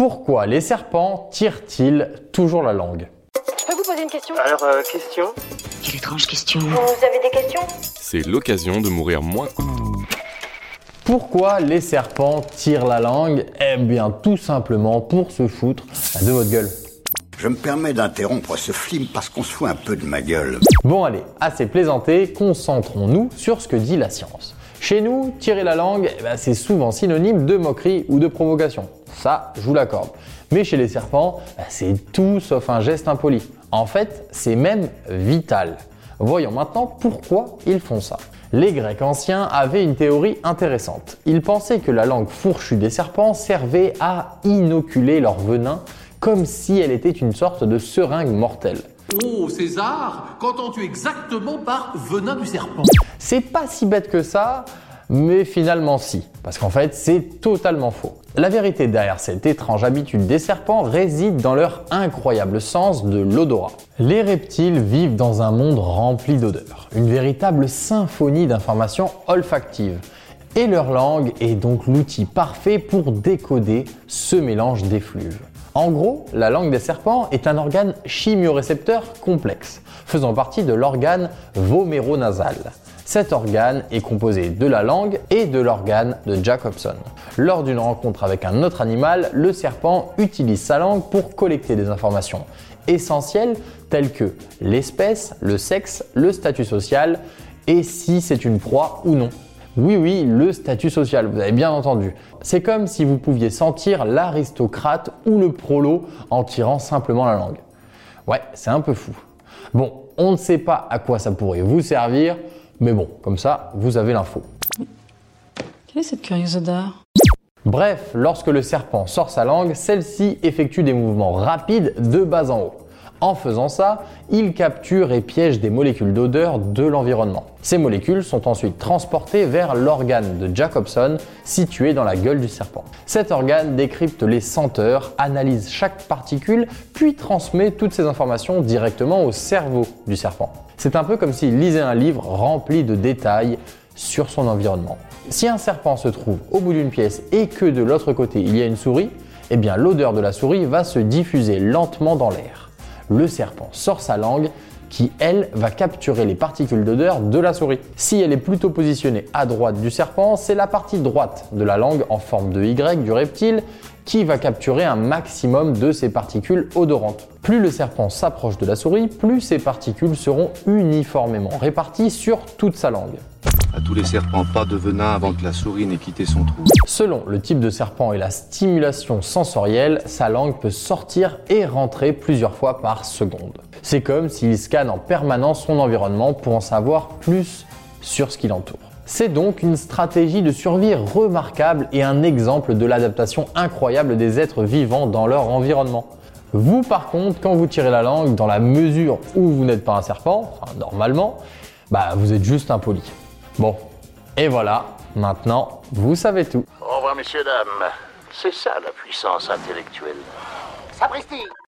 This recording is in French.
Pourquoi les serpents tirent-ils toujours la langue? Je peux vous poser une question? Alors, question? Quelle étrange question. Vous avez des questions? C'est l'occasion de mourir moins. Pourquoi les serpents tirent la langue? Eh bien, tout simplement pour se foutre de votre gueule. Je me permets d'interrompre ce film parce qu'on se fout un peu de ma gueule. Bon allez, assez plaisanté, concentrons-nous sur ce que dit la science. Chez nous, tirer la langue, c'est souvent synonyme de moquerie ou de provocation. Ça, je vous l'accorde. Mais chez les serpents, c'est tout sauf un geste impoli. En fait, c'est même vital. Voyons maintenant pourquoi ils font ça. Les Grecs anciens avaient une théorie intéressante. Ils pensaient que la langue fourchue des serpents servait à inoculer leur venin comme si elle était une sorte de seringue mortelle. Oh César, qu'entends-tu exactement par venin du serpent? C'est pas si bête que ça, mais finalement si, parce qu'en fait c'est totalement faux. La vérité derrière cette étrange habitude des serpents réside dans leur incroyable sens de l'odorat. Les reptiles vivent dans un monde rempli d'odeurs, une véritable symphonie d'informations olfactives. Et leur langue est donc l'outil parfait pour décoder ce mélange d'effluves. En gros, la langue des serpents est un organe chimiorécepteur complexe, faisant partie de l'organe voméronasal. Cet organe est composé de la langue et de l'organe de Jacobson. Lors d'une rencontre avec un autre animal, le serpent utilise sa langue pour collecter des informations essentielles telles que l'espèce, le sexe, le statut social et si c'est une proie ou non. Oui, le statut social, vous avez bien entendu. C'est comme si vous pouviez sentir l'aristocrate ou le prolo en tirant simplement la langue. Ouais, c'est un peu fou. Bon, on ne sait pas à quoi ça pourrait vous servir, mais bon, comme ça, vous avez l'info. Quelle est cette curieuse odeur? Bref, lorsque le serpent sort sa langue, celle-ci effectue des mouvements rapides de bas en haut. En faisant ça, il capture et piège des molécules d'odeur de l'environnement. Ces molécules sont ensuite transportées vers l'organe de Jacobson situé dans la gueule du serpent. Cet organe décrypte les senteurs, analyse chaque particule, puis transmet toutes ces informations directement au cerveau du serpent. C'est un peu comme s'il lisait un livre rempli de détails sur son environnement. Si un serpent se trouve au bout d'une pièce et que de l'autre côté il y a une souris, eh bien l'odeur de la souris va se diffuser lentement dans l'air. Le serpent sort sa langue qui, elle, va capturer les particules d'odeur de la souris. Si elle est plutôt positionnée à droite du serpent, c'est la partie droite de la langue en forme de Y du reptile qui va capturer un maximum de ces particules odorantes. Plus le serpent s'approche de la souris, plus ces particules seront uniformément réparties sur toute sa langue. À tous les serpents, pas de venin avant que la souris n'ait quitté son trou. Selon le type de serpent et la stimulation sensorielle, sa langue peut sortir et rentrer plusieurs fois par seconde. C'est comme s'il scanne en permanence son environnement pour en savoir plus sur ce qui l'entoure. C'est donc une stratégie de survie remarquable et un exemple de l'adaptation incroyable des êtres vivants dans leur environnement. Vous par contre, quand vous tirez la langue, dans la mesure où vous n'êtes pas un serpent, enfin, normalement, vous êtes juste impoli. Bon, et voilà, maintenant, vous savez tout. Au revoir, messieurs, dames. C'est ça la puissance intellectuelle. Sapristi!